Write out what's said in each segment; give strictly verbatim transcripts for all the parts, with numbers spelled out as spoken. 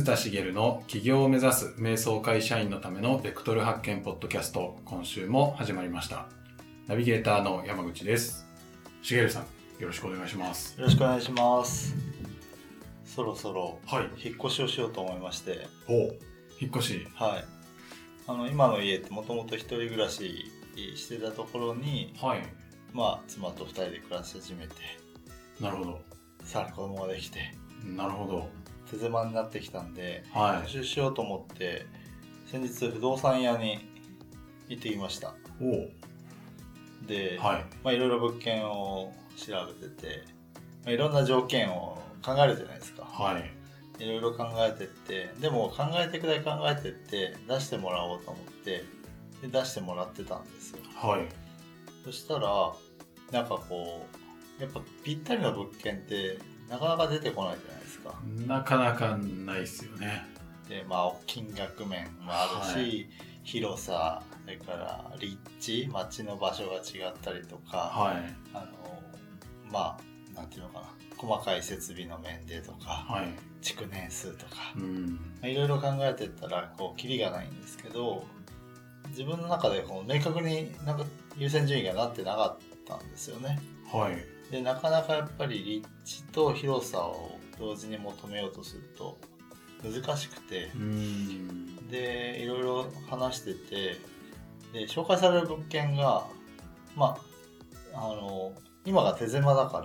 田茂の起業を目指す瞑想会社員のためのベクトル発見ポッドキャスト、今週も始まりました。ナビゲーターの山口です。茂さん、よろしくお願いします。 よろしくお願いします。そろそろはい引っ越しをしようと思いまして、 お引っ越しはい、あの今の家ってもともと一人暮らししてたところに、 はいまあ、妻と二人で暮らし始めて、 なるほどさらに子供ができて、 なるほど手狭になってきたんで、 はい引っ越ししようと思って先日不動産屋に行ってきました。 おで、 はいまあ、いろいろ物件を調べてて、まあ、いろんな条件を考えるじゃないですか。 はいいろいろ考えてって、でも考えてくらい考えてって出してもらおうと思ってで出してもらってたんですよ。 はいそしたらなんかこうやっぱぴったりの物件ってなかなか出てこないじゃないですか。 なかなかないですよね。 でまあ金額面もあるし、はい、広さ、それから立地、街の場所が違ったりとか、 はい、 あのまあなんていうのかな、細かい設備の面でとか、 はい、 築年数とか、 うんいろいろ考えていったらこうキリがないんですけど、自分の中でこう明確になんか優先順位がなってなかったんですよね。 はい、 でなかなかやっぱり立地と広さを同時に求めようとすると難しくて、 うんでいろいろ話してて、で紹介される物件がまああの今が手狭だから、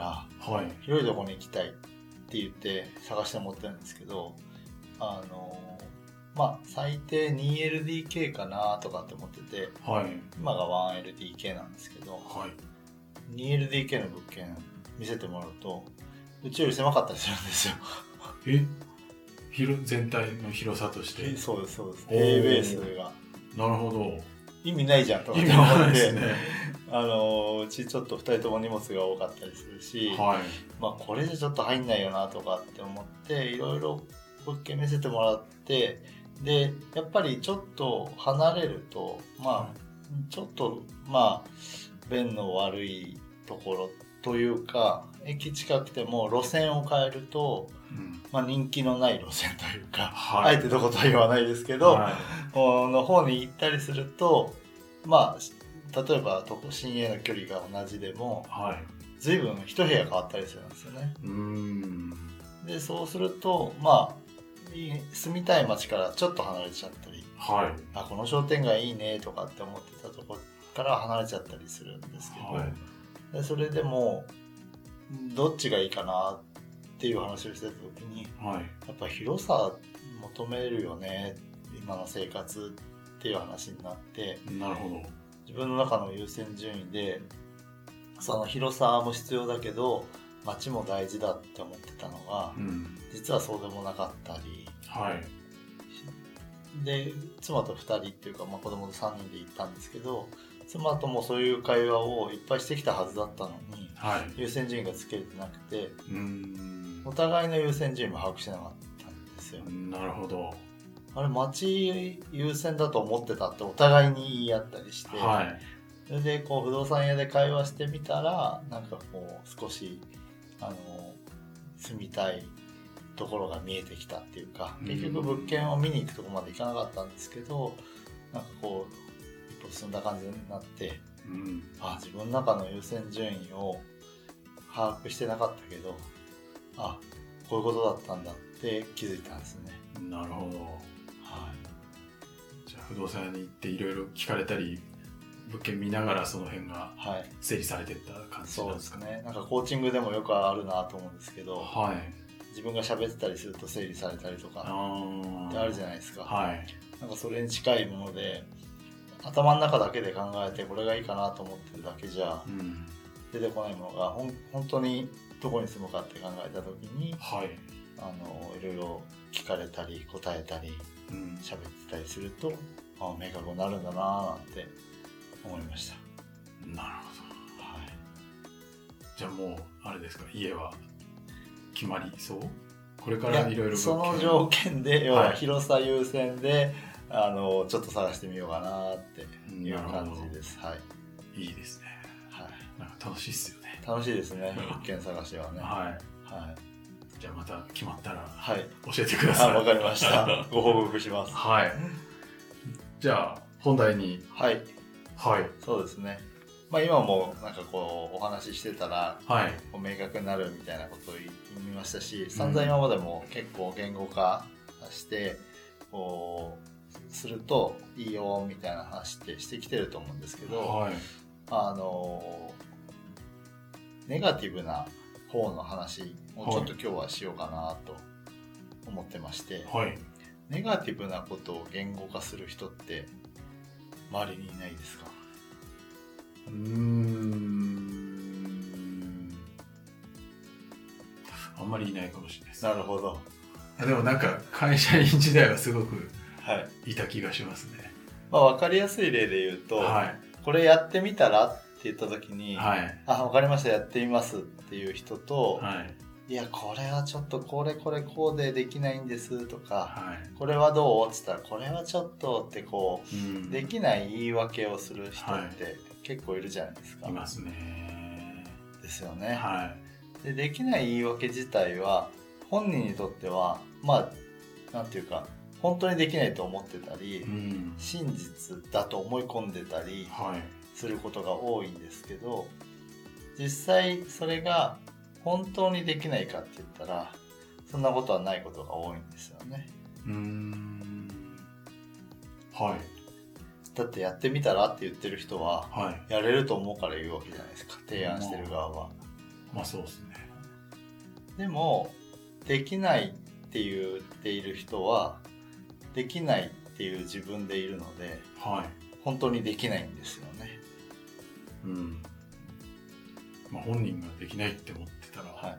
はい、広いところに行きたいって言って探して持ってるんですけど、あのまあ最低 ツーエルディーケー かなとかって思ってて、はい、今が ワンエルディーケー なんですけど、はい、ツーエルディーケー の物件見せてもらうとうちより狭かったりするんですよ。 え広全体の広さとして？ そうですそうです。A ベースがなるほど。 意味ないじゃんとかって思って、ね、あのうちちょっとふたりとも荷物が多かったりするし、はい、まあこれじゃちょっと入んないよなとかって思っていろいろ物件見せてもらって、でやっぱりちょっと離れるとまあちょっとまあ便の悪いところというか、駅近くても路線を変えると、うんまあ、人気のない路線というか、はい、あえてどことは言わないですけど、はい、の方に行ったりすると、まあ例えば都心への距離が同じでも、はい、随分一部屋変わったりするんですよね。うーんでそうするとまあ住みたい町からちょっと離れちゃったり、はい、あこの商店街いいねとかって思ってたところから離れちゃったりするんですけど、はい、でそれでもどっちがいいかなっていう話をしてた時に、はい、やっぱ広さ求めるよね今の生活っていう話になって、なるほど。自分の中の優先順位でその広さも必要だけど街も大事だって思ってたのが、うん、実はそうでもなかったり、はい、で妻とふたりっていうか、まあ、子供とさんにんで行ったんですけど、妻ともそういう会話をいっぱいしてきたはずだったのに、はい、優先順位がつけれてなくて、うーんお互いの優先順位も把握してなかったんですよ。なるほど。あれ街優先だと思ってたってお互いに言い合ったりして、はい、それでこう不動産屋で会話してみたらなんかこう少しあの住みたいところが見えてきたっていうか、結局物件を見に行くところまで行かなかったんですけど、なんかこう一歩進んだ感じになって、うん、あ自分の中の優先順位を把握してなかったけど、あこういうことだったんだって気づいたんですね。なるほど、はい、 じゃあ不動産屋に行っていろいろ聞かれたり物件見ながらその辺が整理されていった感じなんですかね。 はい、そうですね。なんかコーチングでもよくあるなと思うんですけど、はい、自分が喋ってたりすると整理されたりとかってあるじゃないですか。はい、なんかそれに近いもので頭の中だけで考えてこれがいいかなと思ってるだけじゃ出てこないものが、ほん本当にどこに住むかって考えた時に、はい、あのいろいろ聞かれたり答えたり喋、うん、ってたりするとあ明確になるんだななんて思いました。 なるほど、はい、じゃあもうあれですか、家は決まりそう？これからいろいろその条件で要は広さ優先で、はい、あのちょっと探してみようかなっていう感じです。はい、 いいですね。はい、なんか楽しいっすよね。 楽しいですね。物件探しはね。 はい、はい。 じゃあまた決まったらはい教えてください。 あ、わかりました。ご報告します。 はい。じゃあ本題に。 はいはいそうですね。まあ今もなんかこうお話ししてたら、はい、こう明確になるみたいなことを言いましたし、散々今までも結構言語化してこうするといいよみたいな話ってしてきてると思うんですけど、はい、あのネガティブな方の話をちょっと今日はしようかなと思ってまして、はい、ネガティブなことを言語化する人って周りにいないですか？ うーんあんまりいないかもしれないです。 なるほど。 でもなんか会社員時代はすごくいた気がしますね。はい、 まあ、分かりやすい例で言うと、はい、これやってみたらって言った時に、はい、あ、分かりましたやってみますっていう人と、はい、いやこれはちょっとこれこれこうでできないんですとか、はい、これはどうって言ったらこれはちょっとってこう、うん、できない言い訳をする人って結構いるじゃないですか。 いますね。 ですよね。 はい、 で、できない言い訳自体は本人にとってはまあなんていうか本当にできないと思ってたり、うん、真実だと思い込んでたりすることが多いんですけど、実際それが本当にできないかって言ったらそんなことはないことが多いんですよね。 うーんはい。 だってやってみたらって言ってる人は、はい、やれると思うから言うわけじゃないですか、提案してる側は。 まあ、まあそうですね。 でもできないって言っている人はできないっていう自分でいるので、はい、本当にできないんですよね。 うん。まあ本人ができないって思ってたら、はい、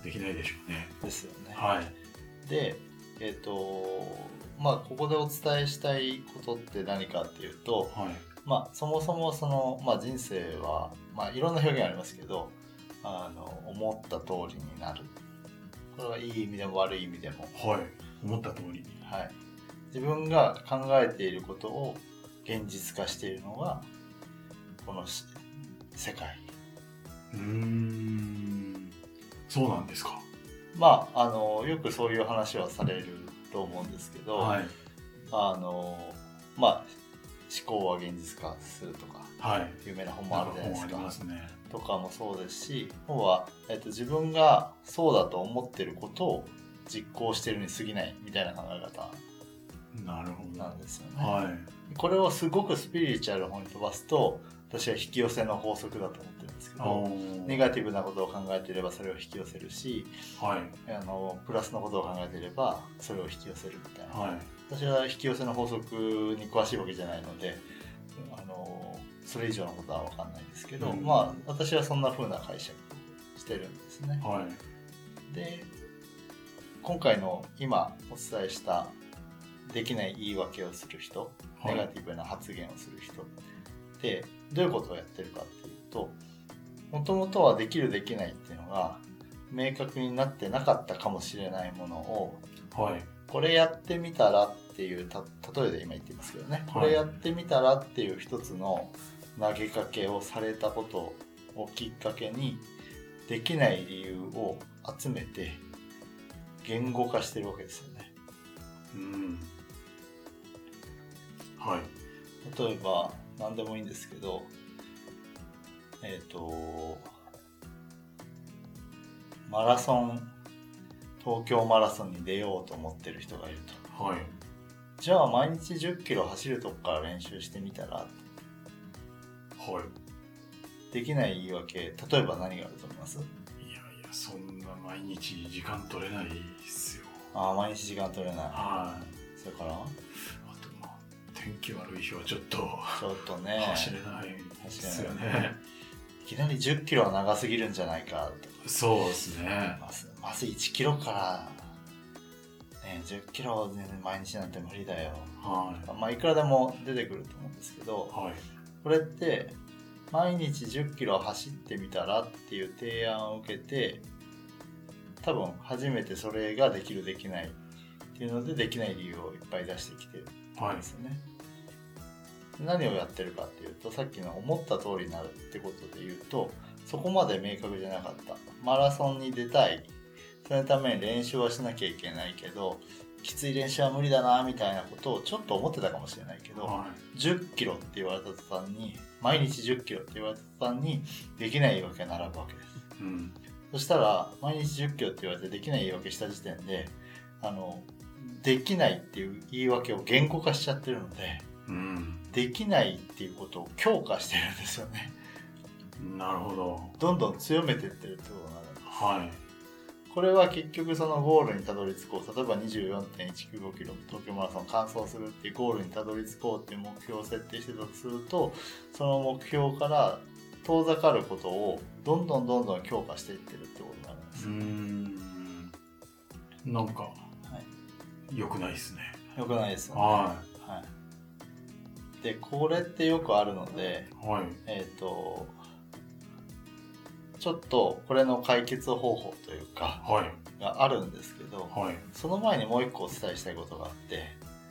できないでしょうね。 ですよね。 はい。 で、えっとまあここでお伝えしたいことって何かっていうと、はい、まあそもそもそのまあ人生はまあいろんな表現ありますけど、あの思った通りになる。これはいい意味でも悪い意味でも。 はい。思った通りに。 はい。自分が考えていることを現実化しているのがこの世界。 うーんそうなんですか。 まああのよくそういう話はされると思うんですけど、はい、あのまあ思考は現実化するとか、はい、有名な本もあるじゃないですか。 本ありますね。 とかもそうですし、本は、えっと、自分がそうだと思っていることを実行しているに過ぎないみたいな考え方なんですよね。はい、これをすごくスピリチュアルの方に飛ばすと、私は引き寄せの法則だと思ってるんですけど、ネガティブなことを考えていればそれを引き寄せるし、はい、あのプラスのことを考えていればそれを引き寄せるみたいな、はい、私は引き寄せの法則に詳しいわけじゃないので、あのそれ以上のことは分かんないですけど、うん、まあ私はそんな風な解釈をしてるんですね。はい、で今回の今お伝えしたできない言い訳をする人、はい、ネガティブな発言をする人でどういうことをやってるかっていうと、もともとはできるできないっていうのが明確になってなかったかもしれないものを、はい、これやってみたらっていうた例えで今言ってますけどね、はい、これやってみたらっていう一つの投げかけをされたことをきっかけにできない理由を集めて言語化してるわけですよね。うん、はい。例えば何でもいいんですけど、えっとマラソン東京マラソンに出ようと思ってる人がいると、はい、じゃあ毎日じゅっキロ走るとこから練習してみたら、はい、できない言い訳、例えば何があると思います？いやいや、そんな毎日時間取れないですよ。 ああ、毎日時間取れない。 はい。 それからあとまあ天気悪い日はちょっとちょっとね走れないですよね。 いきなりじゅっキロは長すぎるんじゃないかとか。 そうですね。 まず、まずいちキロから、ね、じゅっキロ、ね、毎日なんて無理だよ。はい。まあいくらでも出てくると思うんですけど、はい、これって毎日じゅっキロ走ってみたらっていう提案を受けて、多分初めてそれができるできないっていうのでできない理由をいっぱい出してきてるんですよね。はい、何をやってるかっていうと、さっきの思った通りになるってことで言うと、そこまで明確じゃなかった。マラソンに出たい。 そのために練習はしなきゃいけないけどきつい練習は無理だなみたいなことをちょっと思ってたかもしれないけど、はい、じゅっキロって言われた途端に毎日じゅっキロって言われた途端にできない言い訳が並ぶわけです、うん、そしたら毎日じゅっキロって言われてできない言い訳した時点であのできないっていう言い訳を言語化しちゃってるので、うん、できないっていうことを強化してるんですよね。 なるほど。 どんどん強めてってるってことになるんです。 はい。 これは結局そのゴールにたどり着こう、例えば にじゅうよんてんいちきゅうごキロ東京マラソン完走するっていうゴールにたどり着こうっていう目標を設定してたとすると、その目標から遠ざかることをどんどんどんどん強化していってるってことになるんです。 うーん、なんか、はい、良くないですね。 良くないですよね。 はい。 はい、でこれってよくあるので、 はい、 えっとちょっとこれの解決方法というか、はい、があるんですけど、はい、その前にもう一個お伝えしたいことがあって、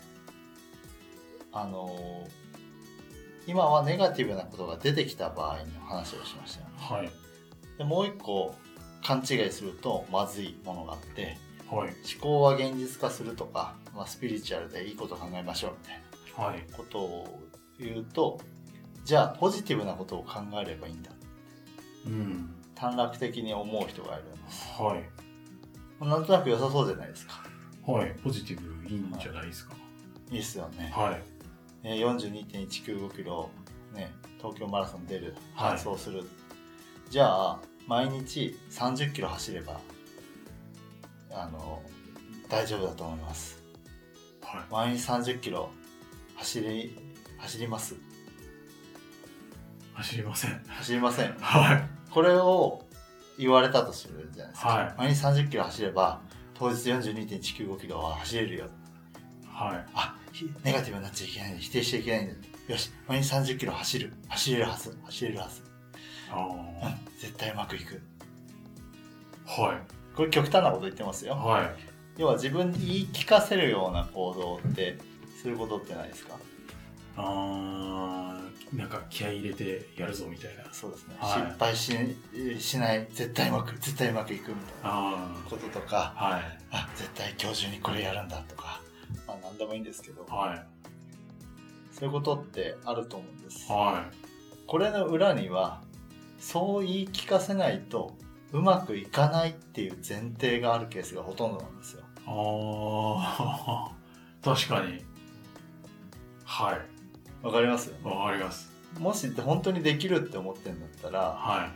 あのー、今はネガティブなことが出てきた場合の話をしましたよね。はい、でもう一個勘違いするとまずいものがあって、はい、思考は現実化するとか、まあ、スピリチュアルでいいことを考えましょうみたいなことを言うと、はい、じゃあポジティブなことを考えればいいんだ、うん、短絡的に思う人がいるんです。はい。なんとなく良さそうじゃないですか。 はい。ポジティブいいんじゃないですか。 はい、いいっすよね。 はい。 えー、よんじゅうにてんいちきゅうごキロね、東京マラソン出る、完走する。はい、じゃあ毎日さんじゅっキロ走ればあの大丈夫だと思います。はい。毎日さんじゅっキロ走り走ります。 走りません。 走りません。 はい。 これを言われたとするじゃないですか。 はい、 毎日さんじゅっキロ走れば当日 よんじゅうにてんいちきゅうごキロは走れるよ。 はい。 あ、ネガティブになっちゃいけないんだ、否定しちゃいけないんだ。よし、毎日さんじゅっキロ走る。走れるはず。走れるはず。あ、うん、絶対うまくいく。 はい。 これ極端なこと言ってますよ。 はい。 要は自分に言い聞かせるような行動ってすることってないですか？ あー、なんか気合い入れてやるぞみたいな。 そうですね、はい、失敗 し, しない絶対うまく絶対うまくいくみたいなこととか、はい、あ絶対今日中にこれやるんだとか、まあ何でもいいんですけど、はい、そういうことってあると思うんです、はい、これの裏にはそう言い聞かせないとうまくいかないっていう前提があるケースがほとんどなんですよ。 あ確かに、はい、 わかりますよね。 わかります。 もし本当にできるって思ってるんだったら、はい、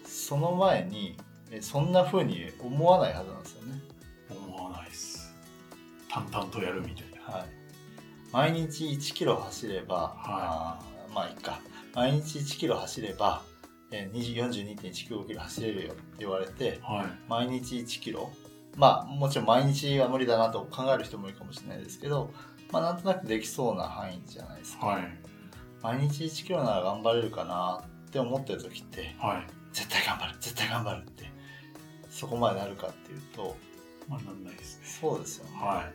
その前にそんな風に思わないはずなんですよね。 思わないです。淡々とやるみたいな。はい。 毎日いちキロ走れば、はい、あまあいいか。毎日いちキロ走れば、えー、よんじゅうにてんいちきゅうごキロ走れるよって言われて、はい、毎日いちキロ、まあもちろん毎日は無理だなと考える人もいるかもしれないですけど、まあなんとなくできそうな範囲じゃないですか。はい。毎日いちキロなら頑張れるかなって思ってる時って、はい、絶対頑張る絶対頑張るってそこまでなるかっていうと、 まあなんないですね。 そうですよね。 はい。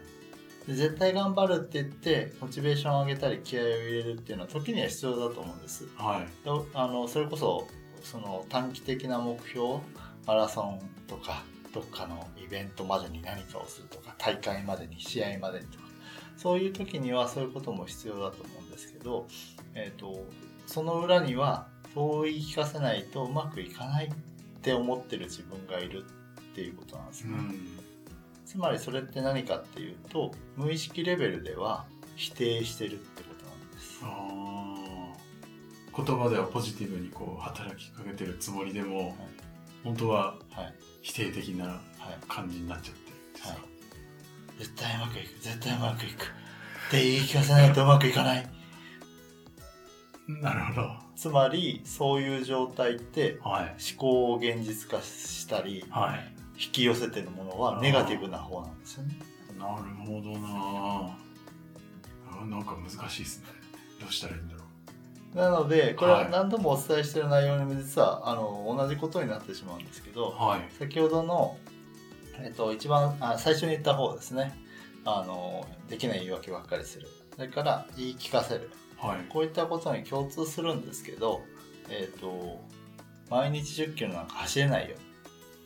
で絶対頑張るって言ってモチベーションを上げたり気合を入れるっていうのは時には必要だと思うんです。はい。であのそれこそその短期的な目標、マラソンとかどっかのイベントまでに何かをするとか大会までに試合までにとか、そういう時にはそういうことも必要だと思うんですけど、えーと、その裏にはそう言い聞かせないとうまくいかないって思ってる自分がいるっていうことなんですね。うん、つまりそれって何かっていうと無意識レベルでは否定してるってことなんです。 あ言葉ではポジティブにこう働きかけてるつもりでも、はい、本当は否定的な感じになっちゃってるんですか、はいはい、 絶対うまくいく絶対うまくいくって言い聞かせないとうまくいかない。 なるほど。 つまりそういう状態って、はい、思考を現実化したり、はい、引き寄せてるものはネガティブな方なんですよね。 なるほどなあ。なんか難しいですね。どうしたらいいんだろう。 なのでこれは何度もお伝えしている内容にも実はあの同じことになってしまうんですけど、はい、先ほどの、えっと、一番あ最初に言った方ですね、あのできない言い訳ばっかりする、それから言い聞かせる、はい、こういったことに共通するんですけど、えっと、毎日じゅっキロなんか走れないよ、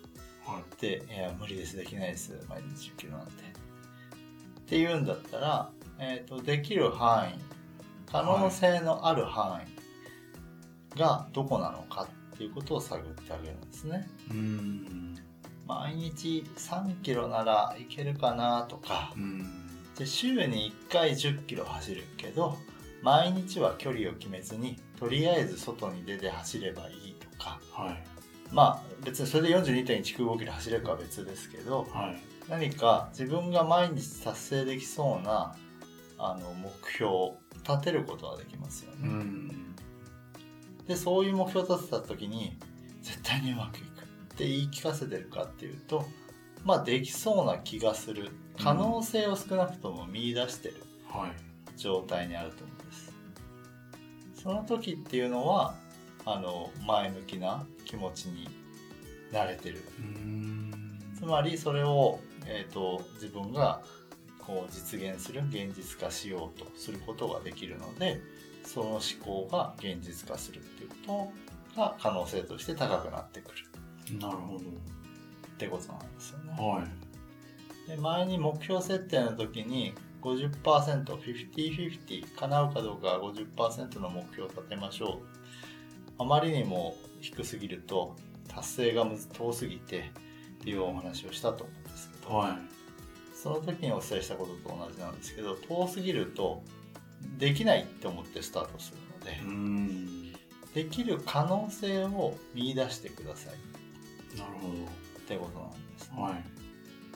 はい、 で、いや無理です、できないです、毎日じゅっキロなんてっていうんだったら、えーと、できる範囲、可能性のある範囲がどこなのかっていうことを探ってあげるんですね。 うーん、 毎日さんキロならいけるかなとか、 うん、 で週にいっかいじゅっキロ走るけど毎日は距離を決めずにとりあえず外に出て走ればいいとか、 はい、 まあ別にそれで よんじゅうにてんいちきゅうご キロ走れるかは別ですけど、 はい、 何か自分が毎日達成できそうなあの目標を立てることができますよね。 うん、 でそういう目標を立てた時に絶対にうまくいくって言い聞かせてるかっていうと、まあできそうな気がする、可能性を少なくとも見出してる状態にあると思うんです。その時っていうのはあの前向きな気持ちになれてる。 うーん、 つまりそれを、えーと、自分がこう実現する、現実化しようとすることができるので、その思考が現実化するっていうことが可能性として高くなってくる。 なるほどってことなんですよね。 はい、 で前に目標設定の時に ごじゅっパーセント、ごじゅうごじゅう叶うかどうか ごじゅっパーセント の目標を立てましょう。あまりにも低すぎると達成が遠すぎてっていうお話をしたと思うんですけど、 はい、 その時にお伝えしたことと同じなんですけど、遠すぎるとできないって思ってスタートするので、 うーん、 できる可能性を見出してください。 なるほどってことなんですね。 はい、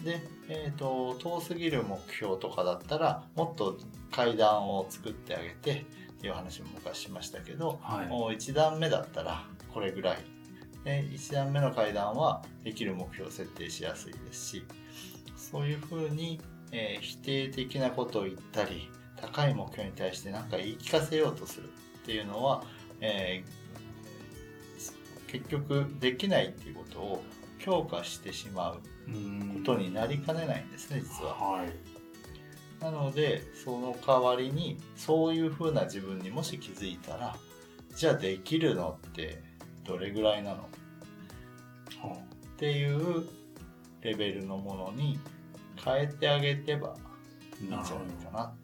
で、えーと、遠すぎる目標とかだったらもっと階段を作ってあげてっていう話も昔しましたけど、 はい、 もういち段目だったらこれぐらいで、いち段目の階段はできる目標を設定しやすいですし、そういうふうに、えー、否定的なことを言ったり高い目標に対して何か言い聞かせようとするっていうのは、えー、結局できないっていうことを強化してしまうことになりかねないんですね、実は。 はい、 なのでその代わりにそういう風な自分にもし気づいたら、じゃあできるのってどれぐらいなの、はあ、っていうレベルのものに変えてあげてばいいんじゃないかな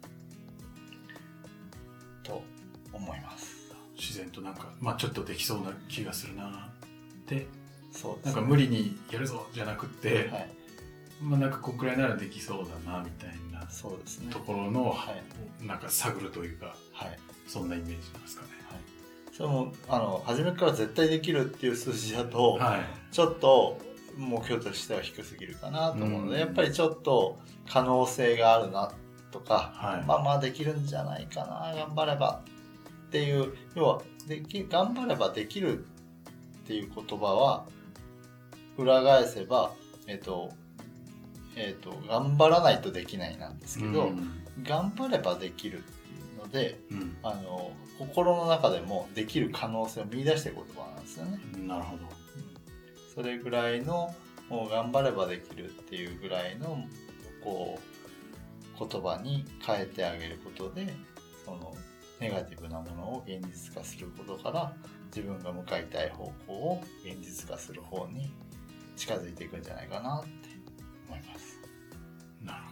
と思います。 自然となんか、まあ、ちょっとできそうな気がするなってそうです、ね、 なんか無理にやるぞじゃなくて、 はい、 まあ、なんかこんくらいならできそうだなみたいなそうですね、 ところの、 はい、 なんか探るというか、はい、そんなイメージなんですかね。 はい、それもあの初めから絶対できるっていう数字だと、 はい、 ちょっと目標としては低すぎるかなと思うので、やっぱりちょっと可能性があるなとか、はい、まあまあできるんじゃないかな、頑張ればっていう、要はでき頑張ればできるっていう言葉は裏返せば、えっとえっと頑張らないとできないなんですけど、うん、頑張ればできるので、うん、あの心の中でもできる可能性を見出している言葉なんですよね。 なるほど。 それぐらいのもう頑張ればできるっていうぐらいのこう言葉に変えてあげることで、そのネガティブなものを現実化することから自分が向かいたい方向を現実化する方に近づいていくんじゃないかなって思います。 なる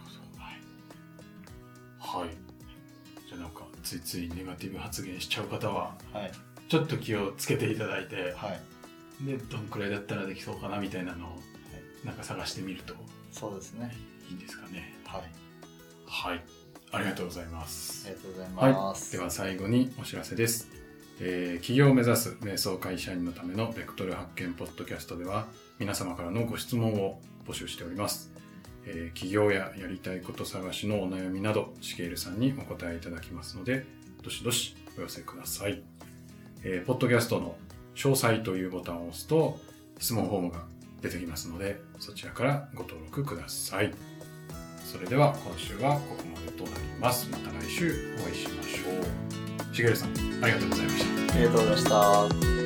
ほど。はい。はい。じゃあなんかついついネガティブ発言しちゃう方は、はい、ちょっと気をつけていただいて、はい、でどんくらいだったらできそうかなみたいなのを、はい、なんか探してみると、 そうですね。 いいんですかね。 はい。 はい。ありがとうございます。 ありがとうございます。 はい、では最後にお知らせです。えー、起業を目指す瞑想会社員のためのベクトル発見ポッドキャストでは皆様からのご質問を募集しております。えー、起業ややりたいこと探しのお悩みなどシゲールさんにお答えいただきますのでどしどしお寄せください。えー、ポッドキャストの詳細というボタンを押すと質問フォームが出てきますのでそちらからご登録ください。それでは今週はここまでとなります。また来週お会いしましょう。しげるさん、ありがとうございました。 ありがとうございました。